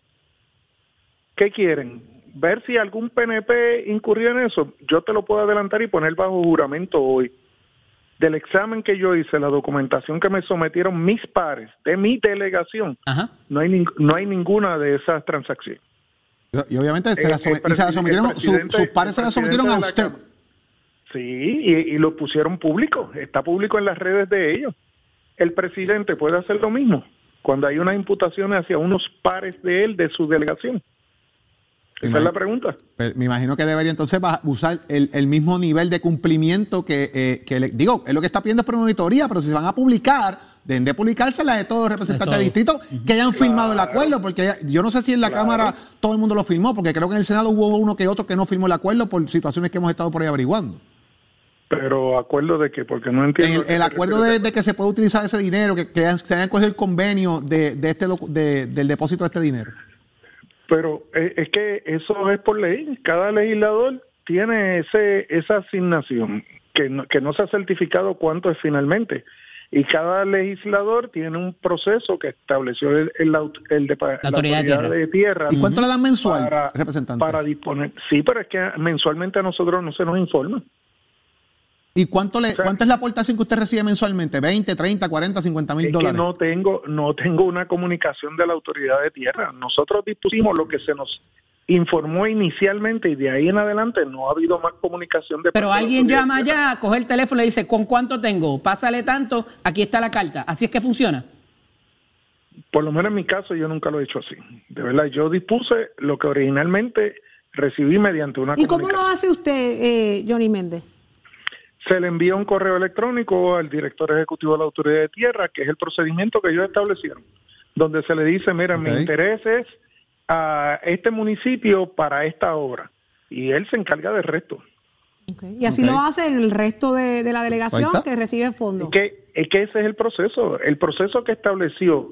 Speaker 12: ¿Qué quieren? Ver si algún P N P incurrió en eso. Yo te lo puedo adelantar y poner bajo juramento hoy. Del examen que yo hice, la documentación que me sometieron mis pares de mi delegación, Ajá. no hay ning- no hay ninguna de esas transacciones.
Speaker 4: Y, y obviamente se la, som- y se la sometieron, su, sus pares se la sometieron a usted.
Speaker 12: Sí, y, y lo pusieron público, está público en las redes de ellos. El presidente puede hacer lo mismo cuando hay unas imputaciones hacia unos pares de él, de su delegación. Esa imagino, es la pregunta.
Speaker 4: Me imagino que debería entonces usar el, el mismo nivel de cumplimiento que, eh, que le, digo, es lo que está pidiendo es por una auditoría, pero si se van a publicar, deben de publicársela de todos los representantes del distrito que hayan claro. firmado el acuerdo, porque yo no sé si en la claro. Cámara todo el mundo lo firmó, porque creo que en el Senado hubo uno que otro que no firmó el acuerdo por situaciones que hemos estado por ahí averiguando.
Speaker 12: Pero ¿acuerdo de qué? Porque no entiendo.
Speaker 4: El, el acuerdo de, de que se puede utilizar ese dinero, que, que se haya cogido el convenio de, de este de, del depósito de este dinero.
Speaker 12: Pero es que eso es por ley. Cada legislador tiene ese esa asignación que no, que no se ha certificado cuánto es finalmente. Y cada legislador tiene un proceso que estableció el, el, el de, la, la autoridad, autoridad de, tierra. de tierra.
Speaker 4: ¿Y cuánto le dan mensual,
Speaker 12: para,
Speaker 4: representante?
Speaker 12: Para disponer. Sí, pero es que mensualmente a nosotros no se nos informa.
Speaker 4: ¿Y cuánto le, o sea, cuánto es la aportación que usted recibe mensualmente? ¿veinte, treinta, cuarenta, cincuenta mil dólares?
Speaker 12: Es que no tengo, no tengo una comunicación de la Autoridad de Tierra. Nosotros dispusimos lo que se nos informó inicialmente y de ahí en adelante no ha habido más comunicación de
Speaker 5: Pero alguien llama allá, coge el teléfono y le dice, ¿con cuánto tengo? Pásale tanto, aquí está la carta. ¿Así es que funciona?
Speaker 12: Por lo menos en mi caso yo nunca lo he hecho así. De verdad, yo dispuse lo que originalmente recibí mediante una
Speaker 3: ¿Y
Speaker 12: comunicación.
Speaker 3: cómo lo hace usted, eh, Johnny Méndez?
Speaker 12: Se le envía un correo electrónico al director ejecutivo de la Autoridad de Tierra, que es el procedimiento que ellos establecieron, donde se le dice, mira, okay. mi interés es a este municipio para esta obra, y él se encarga del resto.
Speaker 3: Okay. Y así okay. lo hace el resto de, de la delegación que recibe fondos.
Speaker 12: Es que, es que ese es el proceso, el proceso que estableció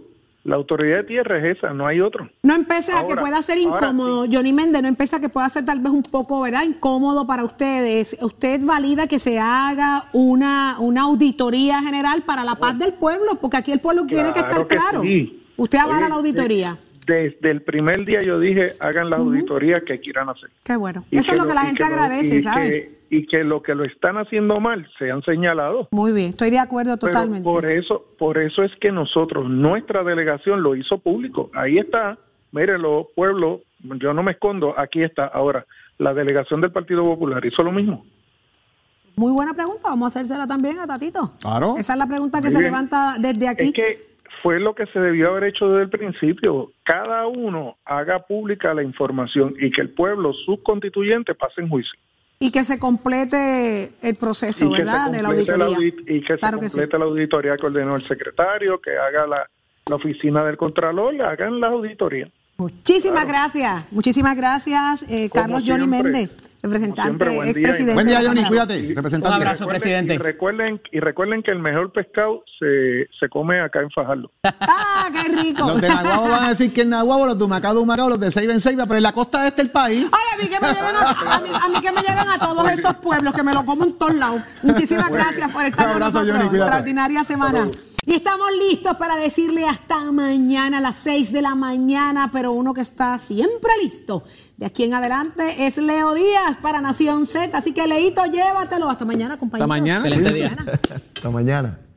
Speaker 12: La autoridad de tierra es esa, no hay otro.
Speaker 3: No empiece a que
Speaker 12: Ahora-
Speaker 3: pueda ser
Speaker 12: ahora
Speaker 3: incómodo, Johnny Méndez, no empiece a que pueda ser tal vez un poco, ¿verdad?, incómodo para ustedes. ¿Usted valida que se haga una, una auditoría general para la paz del pueblo? Porque aquí el pueblo tiene que estar
Speaker 12: Claro que
Speaker 3: claro.
Speaker 12: sí.
Speaker 3: ¿Usted avala
Speaker 12: Oye,
Speaker 3: la auditoría?
Speaker 12: de- desde el primer día yo dije, hagan las auditorías que quieran hacer.
Speaker 3: Qué bueno.
Speaker 12: Y
Speaker 3: Eso es lo que la
Speaker 12: y
Speaker 3: gente
Speaker 12: lo-
Speaker 3: agradece,
Speaker 12: y
Speaker 3: ¿sabe?
Speaker 12: que- y que lo que lo están haciendo mal sean señalados.
Speaker 3: Muy bien, estoy de acuerdo
Speaker 12: Pero
Speaker 3: totalmente.
Speaker 12: por eso, por eso es que nosotros, nuestra delegación lo hizo público. Ahí está, mire, los pueblos, yo no me escondo, aquí está. Ahora, la delegación del Partido Popular hizo lo mismo.
Speaker 3: Muy buena pregunta, vamos a hacérsela también a Tatito.
Speaker 12: Claro.
Speaker 3: Esa es la pregunta que
Speaker 12: Muy
Speaker 3: se
Speaker 12: bien.
Speaker 3: levanta desde aquí.
Speaker 12: Es que fue lo que se debió haber hecho desde el principio. Cada uno haga pública la información y que el pueblo, sus constituyentes, pasen juicio.
Speaker 3: Y que se complete el proceso,
Speaker 12: Y que se
Speaker 3: ¿verdad?, de la
Speaker 12: complete la
Speaker 3: auditoría.
Speaker 12: audit- y que
Speaker 3: Claro
Speaker 12: se
Speaker 3: que sí.
Speaker 12: complete la auditoría que ordenó el secretario, que haga la, la oficina del Contralor, le hagan la auditoría.
Speaker 3: Muchísimas gracias, muchísimas gracias, eh,
Speaker 12: Como
Speaker 3: Carlos Johnny
Speaker 12: siempre,
Speaker 3: Méndez, representante,
Speaker 12: Siempre, buen día.
Speaker 3: expresidente.
Speaker 4: Buen día,
Speaker 3: de la
Speaker 4: Johnny,
Speaker 3: Cámara.
Speaker 4: cuídate, representante.
Speaker 5: Un abrazo,
Speaker 12: Recuerden-
Speaker 5: presidente.
Speaker 12: Y recuerden, y recuerden que el mejor pescado se, se come acá en Fajardo.
Speaker 3: ¡Ah, qué rico!
Speaker 4: Los de Naguabo van a decir que en Naguabo, los de Humacao, de Humacao, los de Ceiba en Ceiba, pero en la costa este del país.
Speaker 3: Ay, a mí que me lleven a, a mí, a mí que me lleven a todos esos pueblos, que me lo como en todos lados. Muchísimas gracias por estar
Speaker 4: Un
Speaker 3: con
Speaker 4: abrazo,
Speaker 3: nosotros.
Speaker 4: Johnny, cuídate.
Speaker 3: Extraordinaria semana. Y estamos listos para decirle hasta mañana a las seis de la mañana, pero uno que está siempre listo de aquí en adelante es Leo Díaz para Nación Z. Así que, Leito, llévatelo. Hasta mañana, compañeros.
Speaker 4: Hasta mañana.
Speaker 5: Excelente
Speaker 4: cuídense.
Speaker 5: día.
Speaker 4: Hasta mañana.